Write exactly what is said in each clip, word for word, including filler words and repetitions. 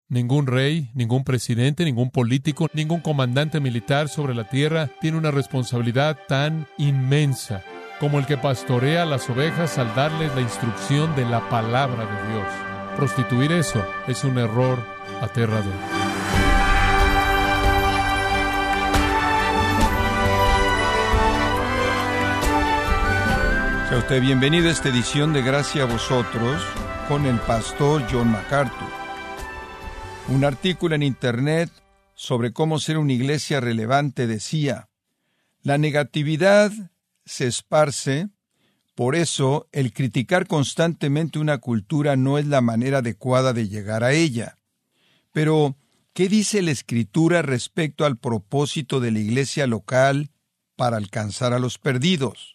Ningún rey, ningún presidente, ningún político, ningún comandante militar sobre la tierra tiene una responsabilidad tan inmensa como el que pastorea las ovejas al darles la instrucción de la palabra de Dios. Prostituir eso es un error aterrador. Sea usted bienvenido a esta edición de Gracia a Vosotros con el pastor John MacArthur. Un artículo en Internet sobre cómo ser una iglesia relevante decía: la negatividad se esparce, por eso el criticar constantemente una cultura no es la manera adecuada de llegar a ella. Pero, ¿qué dice la Escritura respecto al propósito de la iglesia local para alcanzar a los perdidos?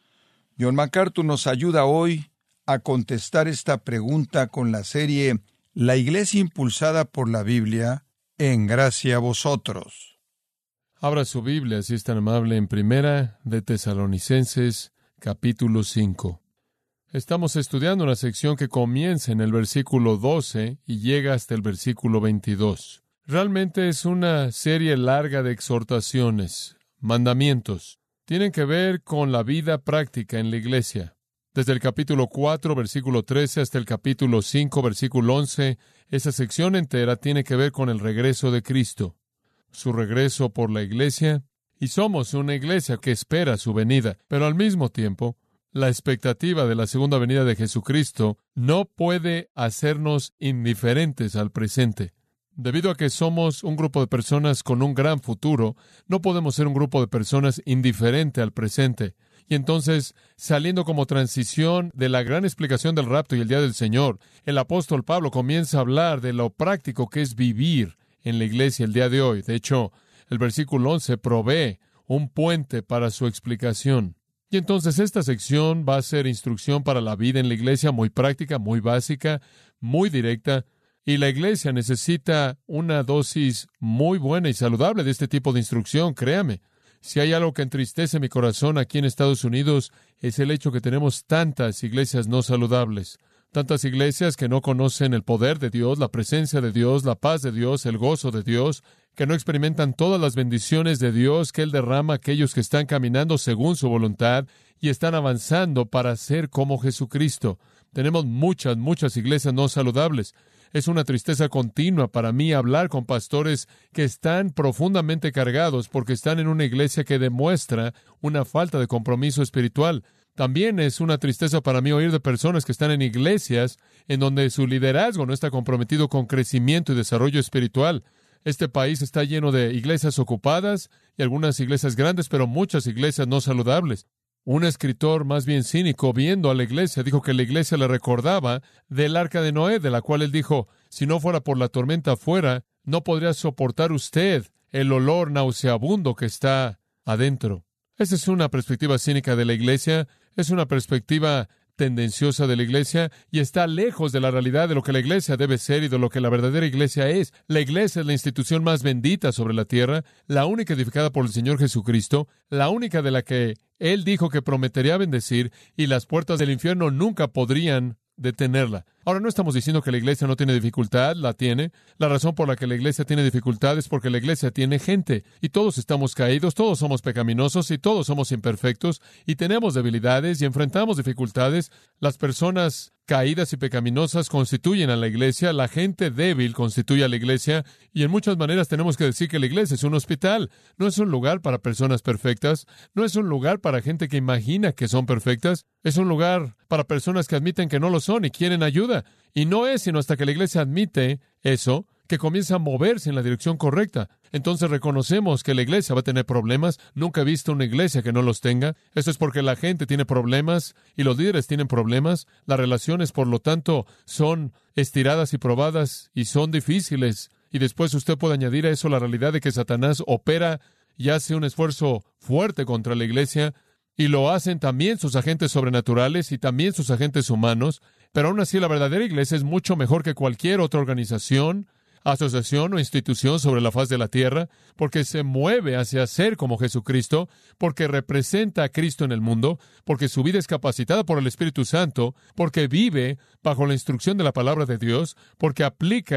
John MacArthur nos ayuda hoy a contestar esta pregunta con la serie La Iglesia impulsada por la Biblia, en Gracia a Vosotros. Abra su Biblia, si es tan amable, en Primera de Tesalonicenses, capítulo cinco. Estamos estudiando una sección que comienza en el versículo doce y llega hasta el versículo veintidós. Realmente es una serie larga de exhortaciones, mandamientos. Tienen que ver con la vida práctica en la iglesia. Desde el capítulo cuatro, versículo trece, hasta el capítulo cinco, versículo once, esa sección entera tiene que ver con el regreso de Cristo, su regreso por la iglesia, y somos una iglesia que espera su venida, pero al mismo tiempo, la expectativa de la segunda venida de Jesucristo no puede hacernos indiferentes al presente. Debido a que somos un grupo de personas con un gran futuro, no podemos ser un grupo de personas indiferente al presente. Y entonces, saliendo como transición de la gran explicación del rapto y el día del Señor, el apóstol Pablo comienza a hablar de lo práctico que es vivir en la iglesia el día de hoy. De hecho, el versículo once provee un puente para su explicación. Y entonces esta sección va a ser instrucción para la vida en la iglesia, muy práctica, muy básica, muy directa. Y la iglesia necesita una dosis muy buena y saludable de este tipo de instrucción, créame. Si hay algo que entristece mi corazón aquí en Estados Unidos, es el hecho que tenemos tantas iglesias no saludables. Tantas iglesias que no conocen el poder de Dios, la presencia de Dios, la paz de Dios, el gozo de Dios, que no experimentan todas las bendiciones de Dios que Él derrama a aquellos que están caminando según su voluntad y están avanzando para ser como Jesucristo. Tenemos muchas, muchas iglesias no saludables. Es una tristeza continua para mí hablar con pastores que están profundamente cargados porque están en una iglesia que demuestra una falta de compromiso espiritual. También es una tristeza para mí oír de personas que están en iglesias en donde su liderazgo no está comprometido con crecimiento y desarrollo espiritual. Este país está lleno de iglesias ocupadas y algunas iglesias grandes, pero muchas iglesias no saludables. Un escritor más bien cínico, viendo a la iglesia, dijo que la iglesia le recordaba del arca de Noé, de la cual él dijo, si no fuera por la tormenta afuera, no podría soportar usted el olor nauseabundo que está adentro. Esa es una perspectiva cínica de la iglesia, es una perspectiva tendenciosa de la iglesia y está lejos de la realidad de lo que la iglesia debe ser y de lo que la verdadera iglesia es. La iglesia es la institución más bendita sobre la tierra, la única edificada por el Señor Jesucristo, la única de la que Él dijo que prometería bendecir y las puertas del infierno nunca podrían detenerla. Ahora, no estamos diciendo que la iglesia no tiene dificultad, la tiene. La razón por la que la iglesia tiene dificultad es porque la iglesia tiene gente. Y todos estamos caídos, todos somos pecaminosos y todos somos imperfectos y tenemos debilidades y enfrentamos dificultades. Las personas caídas y pecaminosas constituyen a la iglesia, la gente débil constituye a la iglesia y en muchas maneras tenemos que decir que la iglesia es un hospital. No es un lugar para personas perfectas, no es un lugar para gente que imagina que son perfectas, es un lugar para personas que admiten que no lo son y quieren ayuda. Y no es sino hasta que la iglesia admite eso, que comienza a moverse en la dirección correcta. Entonces reconocemos que la iglesia va a tener problemas. Nunca he visto una iglesia que no los tenga. Eso es porque la gente tiene problemas y los líderes tienen problemas. Las relaciones, por lo tanto, son estiradas y probadas y son difíciles. Y después usted puede añadir a eso la realidad de que Satanás opera y hace un esfuerzo fuerte contra la iglesia. Y lo hacen también sus agentes sobrenaturales y también sus agentes humanos. Pero aún así la verdadera iglesia es mucho mejor que cualquier otra organización, asociación o institución sobre la faz de la tierra, porque se mueve hacia ser como Jesucristo, porque representa a Cristo en el mundo, porque su vida es capacitada por el Espíritu Santo, porque vive bajo la instrucción de la palabra de Dios, porque aplica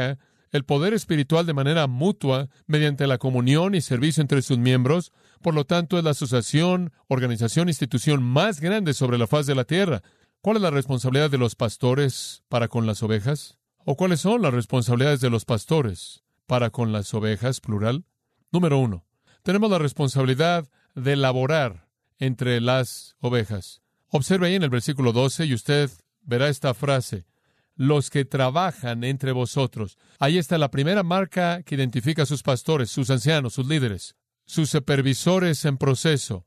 el poder espiritual de manera mutua mediante la comunión y servicio entre sus miembros. Por lo tanto, es la asociación, organización, institución más grande sobre la faz de la tierra. ¿Cuál es la responsabilidad de los pastores para con las ovejas? ¿O cuáles son las responsabilidades de los pastores para con las ovejas, plural? Número uno, tenemos la responsabilidad de laborar entre las ovejas. Observe ahí en el versículo doce y usted verá esta frase: los que trabajan entre vosotros. Ahí está la primera marca que identifica a sus pastores, sus ancianos, sus líderes, sus supervisores en proceso.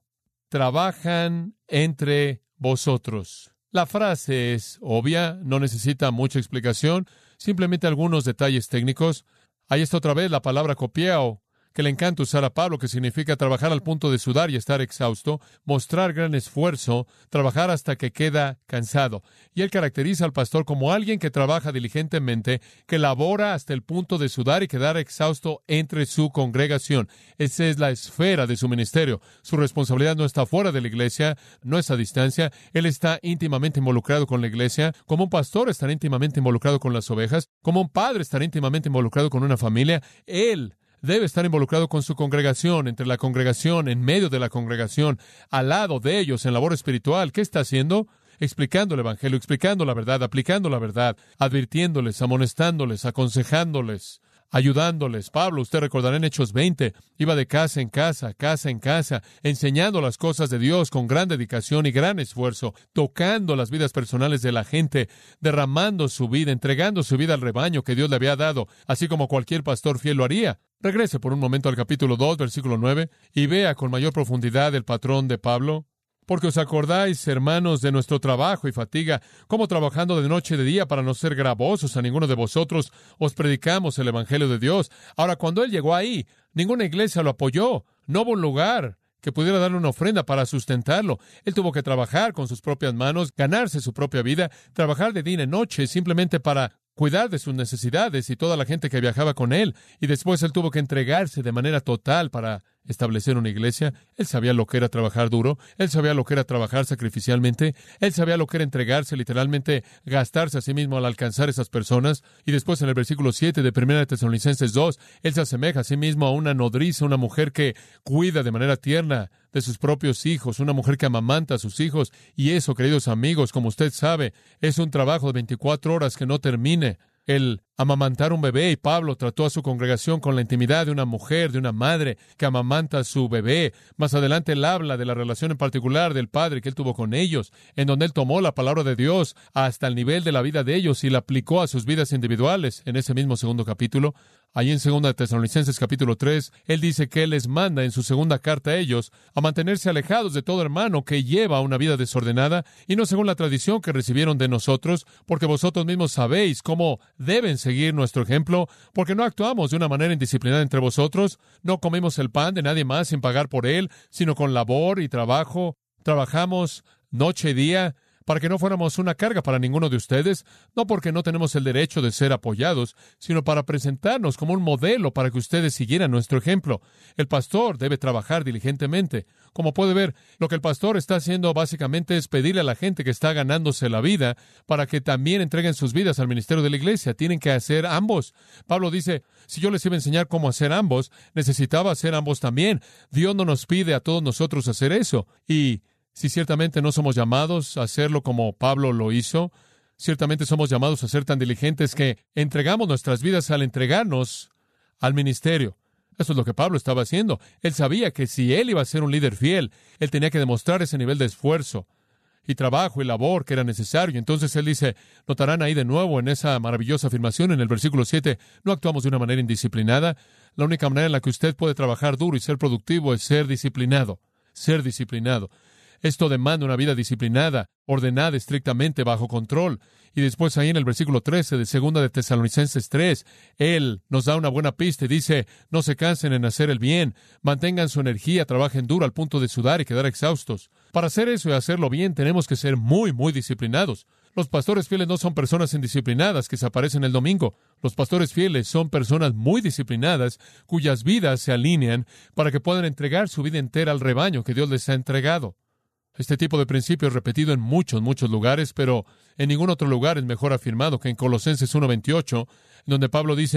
Trabajan entre vosotros. La frase es obvia, no necesita mucha explicación, simplemente algunos detalles técnicos. Ahí está otra vez la palabra copiao, que le encanta usar a Pablo, que significa trabajar al punto de sudar y estar exhausto, mostrar gran esfuerzo, trabajar hasta que queda cansado. Y él caracteriza al pastor como alguien que trabaja diligentemente, que labora hasta el punto de sudar y quedar exhausto entre su congregación. Esa es la esfera de su ministerio. Su responsabilidad no está fuera de la iglesia, no es a distancia. Él está íntimamente involucrado con la iglesia. Como un pastor estará íntimamente involucrado con las ovejas. Como un padre estará íntimamente involucrado con una familia. Él debe estar involucrado con su congregación, entre la congregación, en medio de la congregación, al lado de ellos, en labor espiritual. ¿Qué está haciendo? Explicando el Evangelio, explicando la verdad, aplicando la verdad, advirtiéndoles, amonestándoles, aconsejándoles, ayudándoles. Pablo, usted recordará en Hechos veinte, iba de casa en casa, casa en casa, enseñando las cosas de Dios con gran dedicación y gran esfuerzo, tocando las vidas personales de la gente, derramando su vida, entregando su vida al rebaño que Dios le había dado, así como cualquier pastor fiel lo haría. Regrese por un momento al capítulo dos, versículo nueve, y vea con mayor profundidad el patrón de Pablo. Porque os acordáis, hermanos, de nuestro trabajo y fatiga, como trabajando de noche y de día para no ser gravosos a ninguno de vosotros, os predicamos el Evangelio de Dios. Ahora, cuando él llegó ahí, ninguna iglesia lo apoyó. No hubo un lugar que pudiera darle una ofrenda para sustentarlo. Él tuvo que trabajar con sus propias manos, ganarse su propia vida, trabajar de día y noche simplemente para cuidar de sus necesidades y toda la gente que viajaba con él. Y después él tuvo que entregarse de manera total para establecer una iglesia. Él sabía lo que era trabajar duro. Él sabía lo que era trabajar sacrificialmente. Él sabía lo que era entregarse, literalmente gastarse a sí mismo al alcanzar esas personas. Y después en el versículo siete de primera de Tesalonicenses dos, él se asemeja a sí mismo a una nodriza, una mujer que cuida de manera tierna de sus propios hijos, una mujer que amamanta a sus hijos. Y eso, queridos amigos, como usted sabe, es un trabajo de veinticuatro horas que no termine. El amamantar un bebé, y Pablo trató a su congregación con la intimidad de una mujer, de una madre que amamanta a su bebé. Más adelante él habla de la relación en particular del padre que él tuvo con ellos, en donde él tomó la palabra de Dios hasta el nivel de la vida de ellos y la aplicó a sus vidas individuales en ese mismo segundo capítulo. Allí en segunda de Tesalonicenses capítulo tres, él dice que él les manda en su segunda carta a ellos a mantenerse alejados de todo hermano que lleva una vida desordenada y no según la tradición que recibieron de nosotros, porque vosotros mismos sabéis cómo deben seguir nuestro ejemplo, porque no actuamos de una manera indisciplinada entre vosotros, no comemos el pan de nadie más sin pagar por él, sino con labor y trabajo, trabajamos noche y día, para que no fuéramos una carga para ninguno de ustedes, no porque no tenemos el derecho de ser apoyados, sino para presentarnos como un modelo para que ustedes siguieran nuestro ejemplo. El pastor debe trabajar diligentemente. Como puede ver, lo que el pastor está haciendo básicamente es pedirle a la gente que está ganándose la vida para que también entreguen sus vidas al ministerio de la iglesia. Tienen que hacer ambos. Pablo dice, si yo les iba a enseñar cómo hacer ambos, necesitaba hacer ambos también. Dios no nos pide a todos nosotros hacer eso. Y si ciertamente no somos llamados a hacerlo como Pablo lo hizo, ciertamente somos llamados a ser tan diligentes que entregamos nuestras vidas al entregarnos al ministerio. Eso es lo que Pablo estaba haciendo. Él sabía que si él iba a ser un líder fiel, él tenía que demostrar ese nivel de esfuerzo y trabajo y labor que era necesario. Entonces él dice, notarán ahí de nuevo en esa maravillosa afirmación en el versículo siete, no actuamos de una manera indisciplinada. La única manera en la que usted puede trabajar duro y ser productivo es ser disciplinado, ser disciplinado. Esto demanda una vida disciplinada, ordenada estrictamente, bajo control. Y después ahí en el versículo trece de segunda de Tesalonicenses tres, él nos da una buena pista y dice, no se cansen en hacer el bien, mantengan su energía, trabajen duro al punto de sudar y quedar exhaustos. Para hacer eso y hacerlo bien tenemos que ser muy, muy disciplinados. Los pastores fieles no son personas indisciplinadas que se aparecen el domingo. Los pastores fieles son personas muy disciplinadas cuyas vidas se alinean para que puedan entregar su vida entera al rebaño que Dios les ha entregado. Este tipo de principio es repetido en muchos, muchos lugares, pero en ningún otro lugar es mejor afirmado que en Colosenses uno veintiocho, donde Pablo dice,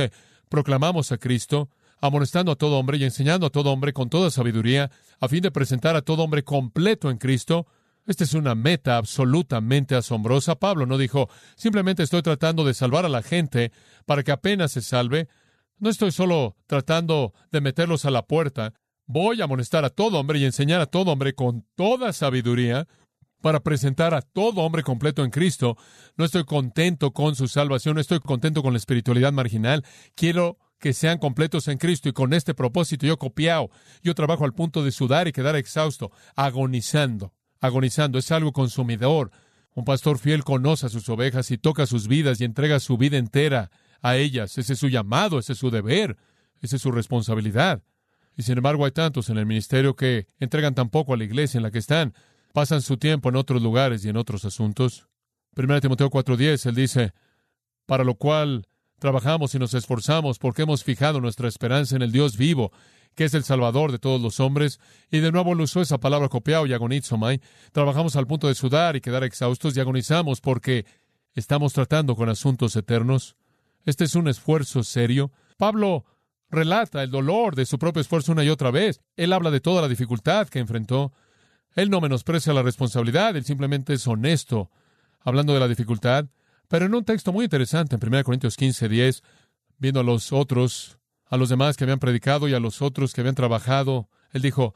proclamamos a Cristo, amonestando a todo hombre y enseñando a todo hombre con toda sabiduría, a fin de presentar a todo hombre completo en Cristo. Esta es una meta absolutamente asombrosa. Pablo no dijo, simplemente estoy tratando de salvar a la gente para que apenas se salve. No estoy solo tratando de meterlos a la puerta. Voy a amonestar a todo hombre y enseñar a todo hombre con toda sabiduría para presentar a todo hombre completo en Cristo. No estoy contento con su salvación, no estoy contento con la espiritualidad marginal. Quiero que sean completos en Cristo, y con este propósito yo copiao. Yo trabajo al punto de sudar y quedar exhausto, agonizando, agonizando. Es algo consumidor. Un pastor fiel conoce a sus ovejas y toca sus vidas y entrega su vida entera a ellas. Ese es su llamado, ese es su deber, esa es su responsabilidad. Y sin embargo hay tantos en el ministerio que entregan tan poco a la iglesia en la que están. Pasan su tiempo en otros lugares y en otros asuntos. Primera Timoteo cuatro diez, él dice, para lo cual trabajamos y nos esforzamos porque hemos fijado nuestra esperanza en el Dios vivo, que es el Salvador de todos los hombres. Y de nuevo él usó esa palabra copiao y agonizomai. Trabajamos al punto de sudar y quedar exhaustos y agonizamos porque estamos tratando con asuntos eternos. Este es un esfuerzo serio. Pablo relata el dolor de su propio esfuerzo una y otra vez. Él habla de toda la dificultad que enfrentó. Él no menosprecia la responsabilidad, él simplemente es honesto, hablando de la dificultad. Pero en un texto muy interesante, en primera Corintios quince diez, viendo a los otros, a los demás que habían predicado y a los otros que habían trabajado, él dijo,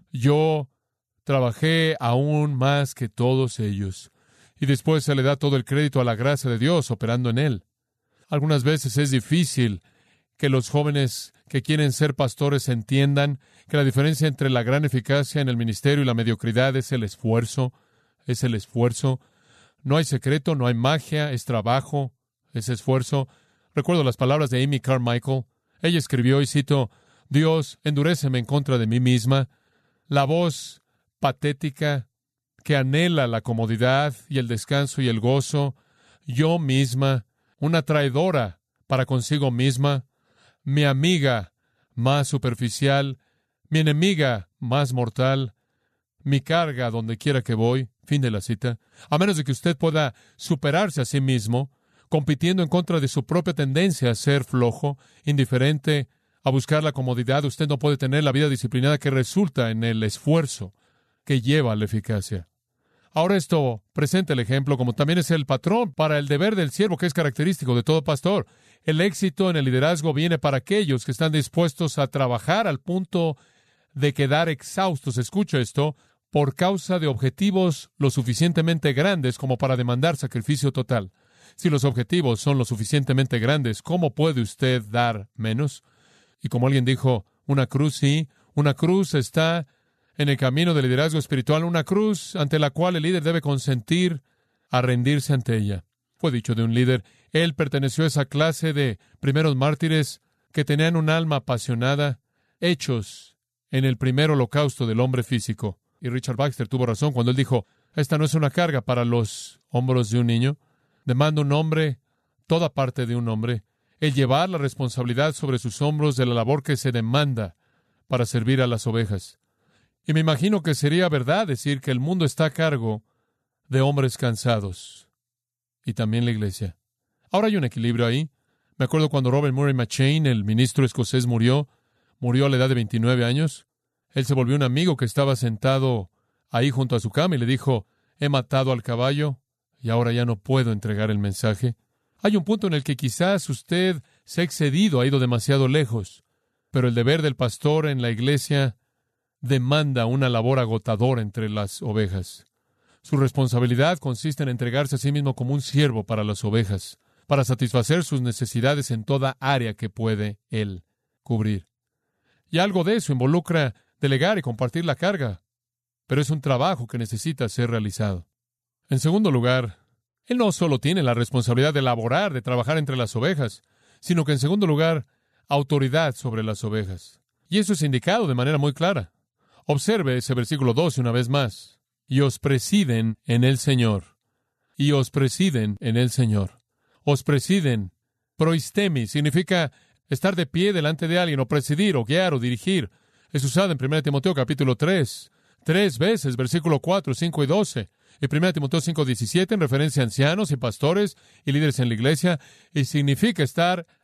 yo trabajé aún más que todos ellos. Y después se le da todo el crédito a la gracia de Dios operando en él. Algunas veces es difícil que los jóvenes que quieren ser pastores entiendan que la diferencia entre la gran eficacia en el ministerio y la mediocridad es el esfuerzo, es el esfuerzo. No hay secreto, no hay magia, es trabajo, es esfuerzo. Recuerdo las palabras de Amy Carmichael. Ella escribió, y cito, Dios, enduréceme en contra de mí misma. La voz patética que anhela la comodidad y el descanso y el gozo. Yo misma, una traidora para consigo misma. Mi amiga más superficial. Mi enemiga más mortal. Mi carga donde quiera que voy. Fin de la cita. A menos de que usted pueda superarse a sí mismo, compitiendo en contra de su propia tendencia a ser flojo, indiferente, a buscar la comodidad, usted no puede tener la vida disciplinada que resulta en el esfuerzo que lleva a la eficacia. Ahora esto presenta el ejemplo, como también es el patrón para el deber del siervo, que es característico de todo pastor. El éxito en el liderazgo viene para aquellos que están dispuestos a trabajar al punto de quedar exhaustos. Escucha esto, por causa de objetivos lo suficientemente grandes como para demandar sacrificio total. Si los objetivos son lo suficientemente grandes, ¿cómo puede usted dar menos? Y como alguien dijo, una cruz sí, una cruz está en el camino del liderazgo espiritual, una cruz ante la cual el líder debe consentir a rendirse ante ella. Fue dicho de un líder, él perteneció a esa clase de primeros mártires que tenían un alma apasionada, hechos en el primer holocausto del hombre físico. Y Richard Baxter tuvo razón cuando él dijo, esta no es una carga para los hombros de un niño. Demanda un hombre, toda parte de un hombre, el llevar la responsabilidad sobre sus hombros de la labor que se demanda para servir a las ovejas. Y me imagino que sería verdad decir que el mundo está a cargo de hombres cansados. Y también la iglesia. Ahora hay un equilibrio ahí. Me acuerdo cuando Robert Murray McCheyne, el ministro escocés, murió. Murió a la edad de veintinueve años. Él se volvió un amigo que estaba sentado ahí junto a su cama y le dijo, he matado al caballo y ahora ya no puedo entregar el mensaje. Hay un punto en el que quizás usted se ha excedido, ha ido demasiado lejos, pero el deber del pastor en la iglesia demanda una labor agotadora entre las ovejas. Su responsabilidad consiste en entregarse a sí mismo como un siervo para las ovejas, para satisfacer sus necesidades en toda área que puede él cubrir. Y algo de eso involucra delegar y compartir la carga, pero es un trabajo que necesita ser realizado. En segundo lugar, él no solo tiene la responsabilidad de laborar, de trabajar entre las ovejas, sino que en segundo lugar, autoridad sobre las ovejas. Y eso es indicado de manera muy clara. Observe ese versículo doce una vez más. Y os presiden en el Señor. Y os presiden en el Señor. Os presiden. Proistemi significa estar de pie delante de alguien, o presidir, o guiar, o dirigir. Es usado en primera Timoteo capítulo tres. Tres veces, versículo cuatro, cinco y doce. Y primera Timoteo cinco diecisiete en referencia a ancianos y pastores y líderes en la iglesia. Y significa estar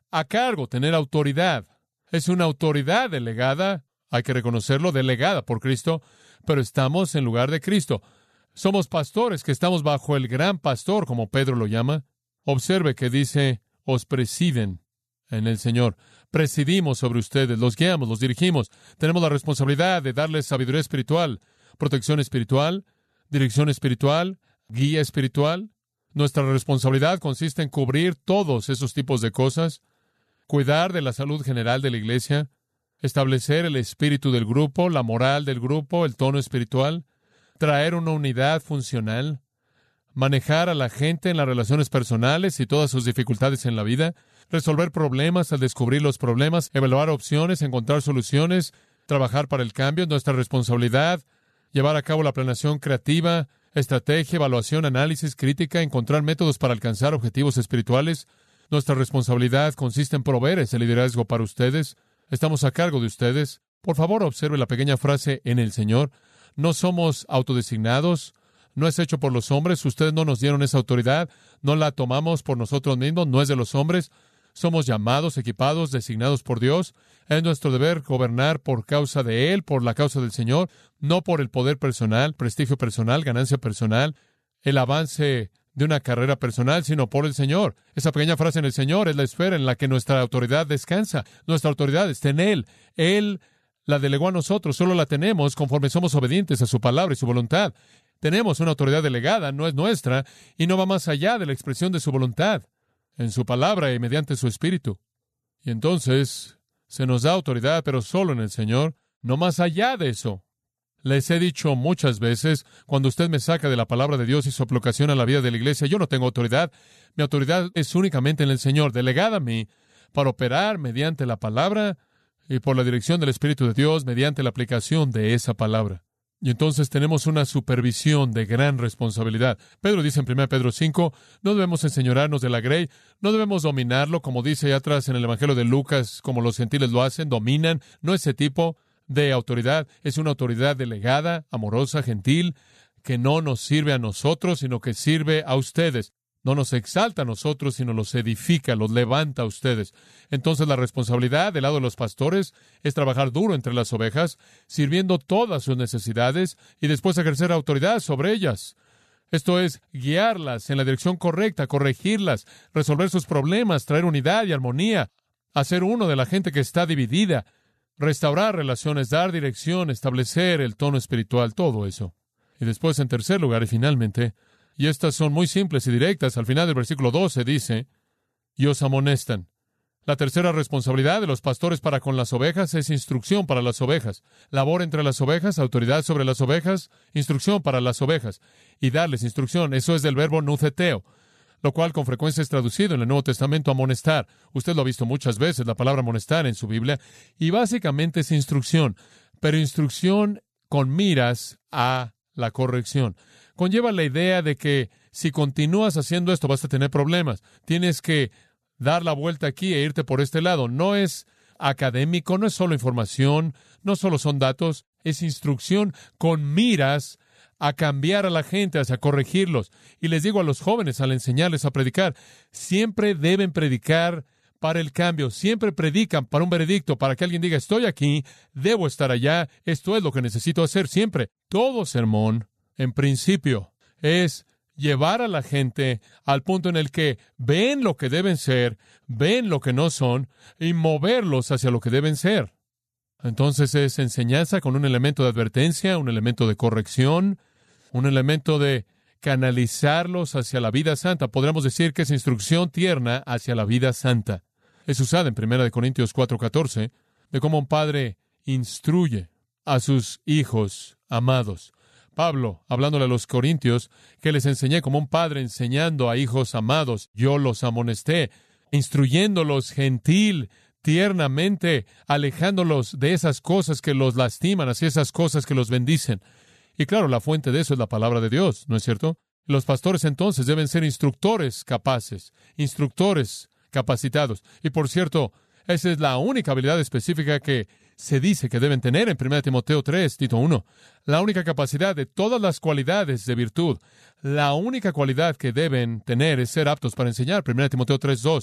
a cargo, tener autoridad. Es una autoridad delegada, hay que reconocerlo, delegada por Cristo, pero estamos en lugar de Cristo. Somos pastores que estamos bajo el gran pastor, como Pedro lo llama. Observe que dice, os presiden en el Señor. Presidimos sobre ustedes, los guiamos, los dirigimos. Tenemos la responsabilidad de darles sabiduría espiritual, protección espiritual, dirección espiritual, guía espiritual. Nuestra responsabilidad consiste en cubrir todos esos tipos de cosas, cuidar de la salud general de la iglesia, establecer el espíritu del grupo, la moral del grupo, el tono espiritual, traer una unidad funcional, manejar a la gente en las relaciones personales y todas sus dificultades en la vida, resolver problemas al descubrir los problemas, evaluar opciones, encontrar soluciones, trabajar para el cambio, nuestra responsabilidad, llevar a cabo la planeación creativa, estrategia, evaluación, análisis, crítica, encontrar métodos para alcanzar objetivos espirituales. Nuestra responsabilidad consiste en proveer ese liderazgo para ustedes. Estamos a cargo de ustedes. Por favor, observe la pequeña frase en el Señor. No somos autodesignados, no es hecho por los hombres, ustedes no nos dieron esa autoridad, no la tomamos por nosotros mismos, no es de los hombres. Somos llamados, equipados, designados por Dios. Es nuestro deber gobernar por causa de Él, por la causa del Señor, no por el poder personal, prestigio personal, ganancia personal, el avance de una carrera personal, sino por el Señor. Esa pequeña frase en el Señor es la esfera en la que nuestra autoridad descansa. Nuestra autoridad está en Él. Él la delegó a nosotros, solo la tenemos conforme somos obedientes a su palabra y su voluntad. Tenemos una autoridad delegada, no es nuestra, y no va más allá de la expresión de su voluntad, en su palabra y mediante su espíritu. Y entonces se nos da autoridad, pero solo en el Señor, no más allá de eso. Les he dicho muchas veces, cuando usted me saca de la palabra de Dios y su aplicación a la vida de la iglesia, yo no tengo autoridad. Mi autoridad es únicamente en el Señor, delegada a mí, para operar mediante la palabra y por la dirección del Espíritu de Dios, mediante la aplicación de esa palabra. Y entonces tenemos una supervisión de gran responsabilidad. Pedro dice en primera Pedro cinco, no debemos enseñorearnos de la grey, no debemos dominarlo, como dice allá atrás en el Evangelio de Lucas, como los gentiles lo hacen, dominan. No ese tipo de autoridad, es una autoridad delegada, amorosa, gentil, que no nos sirve a nosotros, sino que sirve a ustedes. No nos exalta a nosotros, sino los edifica, los levanta a ustedes. Entonces la responsabilidad del lado de los pastores es trabajar duro entre las ovejas, sirviendo todas sus necesidades y después ejercer autoridad sobre ellas. Esto es, guiarlas en la dirección correcta, corregirlas, resolver sus problemas, traer unidad y armonía, hacer uno de la gente que está dividida, restaurar relaciones, dar dirección, establecer el tono espiritual, todo eso. Y después, en tercer lugar, y finalmente, y estas son muy simples y directas, al final del versículo doce dice, y os amonestan. La tercera responsabilidad de los pastores para con las ovejas es instrucción para las ovejas. Labor entre las ovejas, autoridad sobre las ovejas, instrucción para las ovejas. Y darles instrucción, eso es del verbo nuceteo, lo cual con frecuencia es traducido en el Nuevo Testamento amonestar. Usted lo ha visto muchas veces, la palabra amonestar en su Biblia, y básicamente es instrucción, pero instrucción con miras a la corrección. Conlleva la idea de que si continúas haciendo esto vas a tener problemas. Tienes que dar la vuelta aquí e irte por este lado. No es académico, no es solo información, no solo son datos, es instrucción con miras a cambiar a la gente, hacia corregirlos. Y les digo a los jóvenes al enseñarles a predicar, siempre deben predicar para el cambio, siempre predican para un veredicto, para que alguien diga, estoy aquí, debo estar allá, esto es lo que necesito hacer siempre. Todo sermón, en principio, es llevar a la gente al punto en el que ven lo que deben ser, ven lo que no son, y moverlos hacia lo que deben ser. Entonces es enseñanza con un elemento de advertencia, un elemento de corrección, un elemento de canalizarlos hacia la vida santa. Podríamos decir que es instrucción tierna hacia la vida santa. Es usada en primera Corintios cuatro catorce, de cómo un padre instruye a sus hijos amados. Pablo, hablándole a los corintios, que les enseñé como un padre enseñando a hijos amados, yo los amonesté, instruyéndolos gentil, tiernamente, alejándolos de esas cosas que los lastiman, hacia esas cosas que los bendicen. Y claro, la fuente de eso es la palabra de Dios, ¿no es cierto? Los pastores entonces deben ser instructores capaces, instructores capacitados. Y por cierto, esa es la única habilidad específica que se dice que deben tener en primera Timoteo tres, Tito uno. La única capacidad de todas las cualidades de virtud. La única cualidad que deben tener es ser aptos para enseñar, primera Timoteo tres, dos.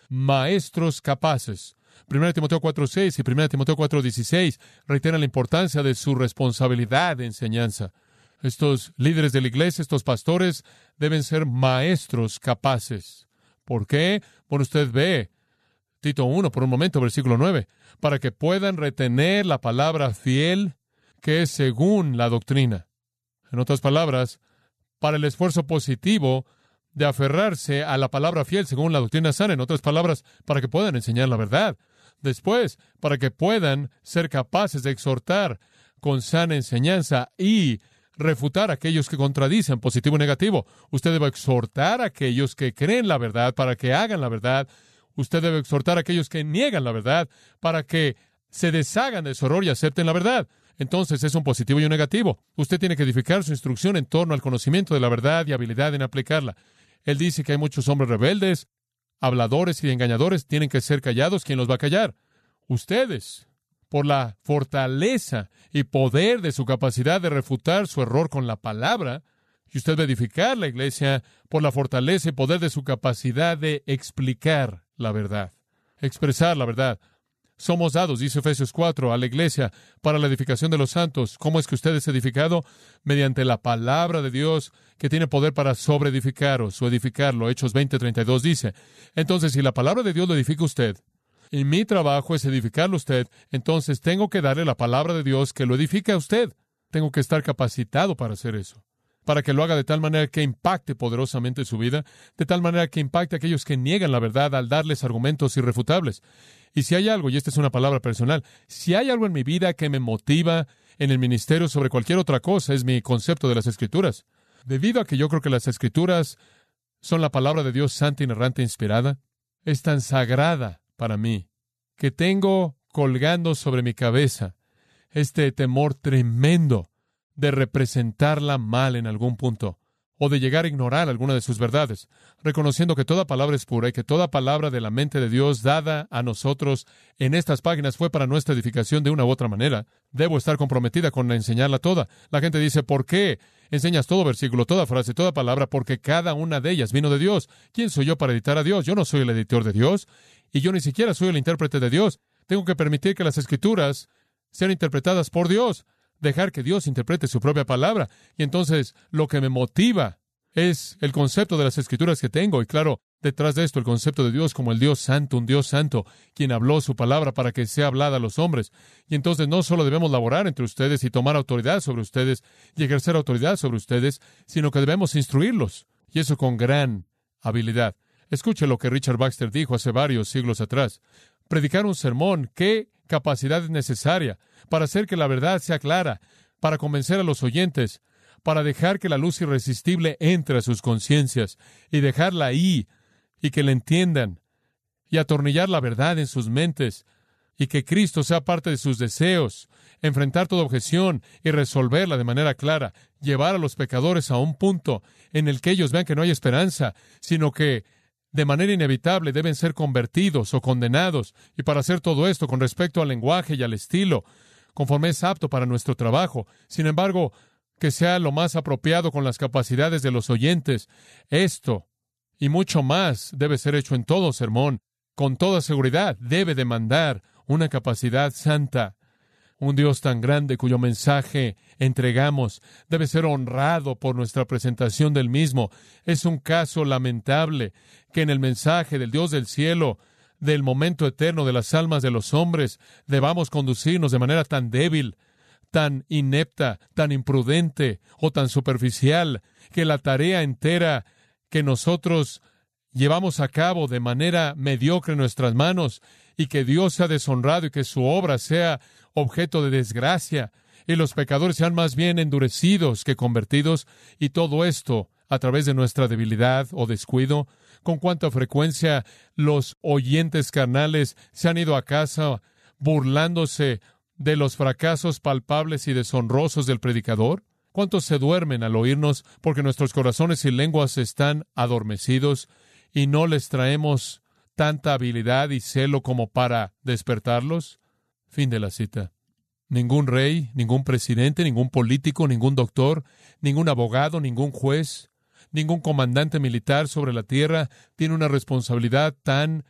maestros capaces. primera Timoteo cuatro seis y primera Timoteo cuatro dieciséis reiteran la importancia de su responsabilidad de enseñanza. Estos líderes de la iglesia, estos pastores, deben ser maestros capaces. ¿Por qué? Bueno, usted ve Tito uno, por un momento, versículo nueve, para que puedan retener la palabra fiel que es según la doctrina. En otras palabras, para el esfuerzo positivo de aferrarse a la palabra fiel según la doctrina sana. En otras palabras, para que puedan enseñar la verdad. Después, para que puedan ser capaces de exhortar con sana enseñanza y refutar a aquellos que contradicen positivo y negativo. Usted debe exhortar a aquellos que creen la verdad para que hagan la verdad. Usted debe exhortar a aquellos que niegan la verdad para que se deshagan de su error y acepten la verdad. Entonces es un positivo y un negativo. Usted tiene que edificar su instrucción en torno al conocimiento de la verdad y habilidad en aplicarla. Él dice que hay muchos hombres rebeldes, habladores y engañadores. Tienen que ser callados. ¿Quién los va a callar? Ustedes, por la fortaleza y poder de su capacidad de refutar su error con la palabra. Y usted va a edificar la iglesia por la fortaleza y poder de su capacidad de explicar la verdad, expresar la verdad. Somos dados, dice Efesios cuatro, a la iglesia para la edificación de los santos. ¿Cómo es que usted es edificado? Mediante la palabra de Dios, que tiene poder para sobreedificaros o edificarlo. Hechos veinte treinta y dos dice. Entonces, si la palabra de Dios lo edifica usted, y mi trabajo es edificarlo usted, entonces tengo que darle la palabra de Dios que lo edifica a usted. Tengo que estar capacitado para hacer eso, para que lo haga de tal manera que impacte poderosamente su vida, de tal manera que impacte a aquellos que niegan la verdad al darles argumentos irrefutables. Y si hay algo, y esta es una palabra personal, si hay algo en mi vida que me motiva en el ministerio sobre cualquier otra cosa, es mi concepto de las Escrituras. Debido a que yo creo que las Escrituras son la palabra de Dios santa, inerrante e inspirada, es tan sagrada para mí que tengo colgando sobre mi cabeza este temor tremendo de representarla mal en algún punto, o de llegar a ignorar alguna de sus verdades, reconociendo que toda palabra es pura y que toda palabra de la mente de Dios dada a nosotros en estas páginas fue para nuestra edificación de una u otra manera. Debo estar comprometida con enseñarla toda. La gente dice, ¿por qué enseñas todo versículo, toda frase, toda palabra? Porque cada una de ellas vino de Dios. ¿Quién soy yo para editar a Dios? Yo no soy el editor de Dios, y yo ni siquiera soy el intérprete de Dios. Tengo que permitir que las Escrituras sean interpretadas por Dios, dejar que Dios interprete su propia palabra. Y entonces lo que me motiva es el concepto de las Escrituras que tengo. Y claro, detrás de esto, el concepto de Dios como el Dios santo, un Dios santo, quien habló su palabra para que sea hablada a los hombres. Y entonces no solo debemos laborar entre ustedes y tomar autoridad sobre ustedes y ejercer autoridad sobre ustedes, sino que debemos instruirlos. Y eso con gran habilidad. Escuche lo que Richard Baxter dijo hace varios siglos atrás. Predicar un sermón, ¿qué capacidad es necesaria para hacer que la verdad sea clara, para convencer a los oyentes, para dejar que la luz irresistible entre a sus conciencias y dejarla ahí y que la entiendan y atornillar la verdad en sus mentes y que Cristo sea parte de sus deseos, enfrentar toda objeción y resolverla de manera clara, llevar a los pecadores a un punto en el que ellos vean que no hay esperanza, sino que de manera inevitable deben ser convertidos o condenados, y para hacer todo esto con respecto al lenguaje y al estilo, conforme es apto para nuestro trabajo. Sin embargo, que sea lo más apropiado con las capacidades de los oyentes. Esto y mucho más debe ser hecho en todo sermón. Con toda seguridad debe demandar una capacidad santa. Un Dios tan grande cuyo mensaje entregamos debe ser honrado por nuestra presentación del mismo. Es un caso lamentable que en el mensaje del Dios del cielo, del momento eterno de las almas de los hombres, debamos conducirnos de manera tan débil, tan inepta, tan imprudente o tan superficial, que la tarea entera que nosotros llevamos a cabo de manera mediocre en nuestras manos, y que Dios sea deshonrado y que su obra sea objeto de desgracia, y los pecadores sean más bien endurecidos que convertidos, y todo esto a través de nuestra debilidad o descuido. Con cuánta frecuencia los oyentes carnales se han ido a casa burlándose de los fracasos palpables y deshonrosos del predicador. ¿Cuántos se duermen al oírnos porque nuestros corazones y lenguas están adormecidos y no les traemos tanta habilidad y celo como para despertarlos? Fin de la cita. Ningún rey, ningún presidente, ningún político, ningún doctor, ningún abogado, ningún juez, ningún comandante militar sobre la tierra tiene una responsabilidad tan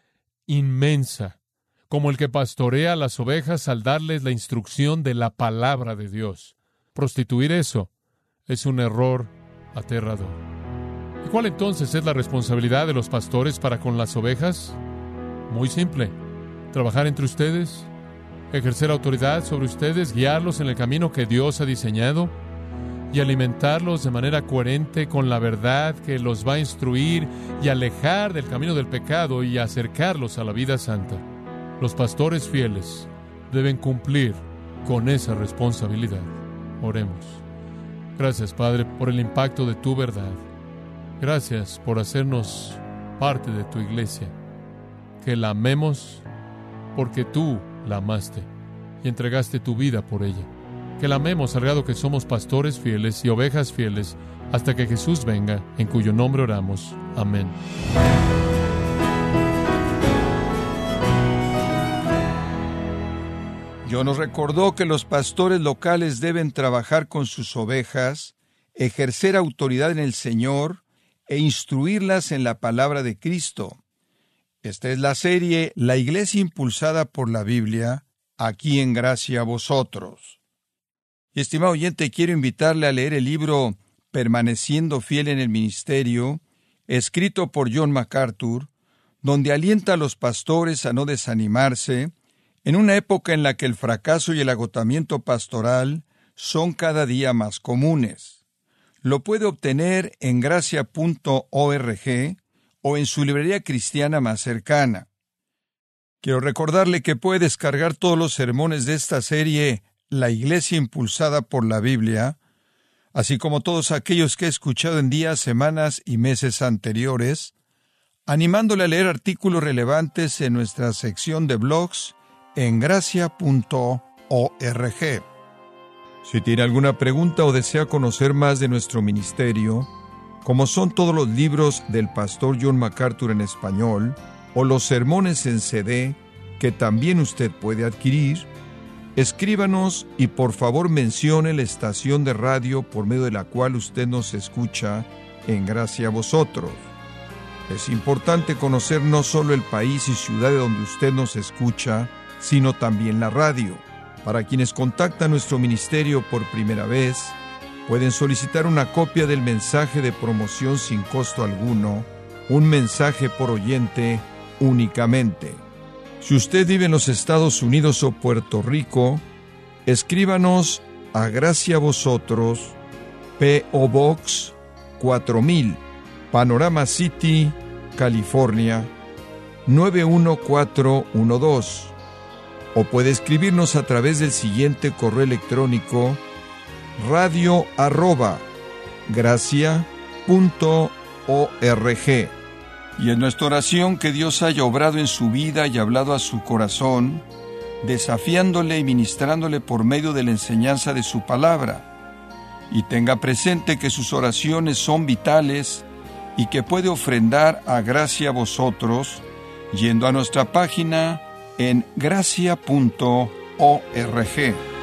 inmensa, como el que pastorea las ovejas al darles la instrucción de la palabra de Dios. Prostituir eso es un error aterrador. ¿Y cuál entonces es la responsabilidad de los pastores para con las ovejas? Muy simple. Trabajar entre ustedes, ejercer autoridad sobre ustedes, guiarlos en el camino que Dios ha diseñado y alimentarlos de manera coherente con la verdad que los va a instruir y alejar del camino del pecado y acercarlos a la vida santa. Los pastores fieles deben cumplir con esa responsabilidad. Oremos. Gracias, Padre, por el impacto de tu verdad. Gracias por hacernos parte de tu iglesia. Que la amemos porque tú la amaste y entregaste tu vida por ella. Que la amemos al grado que somos pastores fieles y ovejas fieles hasta que Jesús venga, en cuyo nombre oramos. Amén. John nos recordó que los pastores locales deben trabajar con sus ovejas, ejercer autoridad en el Señor e instruirlas en la palabra de Cristo. Esta es la serie La Iglesia Impulsada por la Biblia, aquí en Gracia a Vosotros. Y estimado oyente, quiero invitarle a leer el libro Permaneciendo Fiel en el Ministerio, escrito por John MacArthur, donde alienta a los pastores a no desanimarse en una época en la que el fracaso y el agotamiento pastoral son cada día más comunes. Lo puede obtener en gracia punto org o en su librería cristiana más cercana. Quiero recordarle que puede descargar todos los sermones de esta serie La Iglesia Impulsada por la Biblia, así como todos aquellos que he escuchado en días, semanas y meses anteriores, animándole a leer artículos relevantes en nuestra sección de blogs en gracia punto org. Si tiene alguna pregunta o desea conocer más de nuestro ministerio, como son todos los libros del pastor John MacArthur en español, o los sermones en C D que también usted puede adquirir, escríbanos y por favor mencione la estación de radio por medio de la cual usted nos escucha en Gracia a Vosotros. Es importante conocer no solo el país y ciudad de donde usted nos escucha, sino también la radio. Para quienes contactan nuestro ministerio por primera vez, pueden solicitar una copia del mensaje de promoción sin costo alguno, un mensaje por oyente únicamente. Si usted vive en los Estados Unidos o Puerto Rico, escríbanos a Gracia a Vosotros, P O Box cuatro mil, Panorama City, California, nueve uno cuatro uno dos. O puede escribirnos a través del siguiente correo electrónico: radio arroba gracia punto org. Y es nuestra oración que Dios haya obrado en su vida y hablado a su corazón, desafiándole y ministrándole por medio de la enseñanza de su palabra. Y tenga presente que sus oraciones son vitales y que puede ofrendar a Gracia a Vosotros yendo a nuestra página en gracia punto org.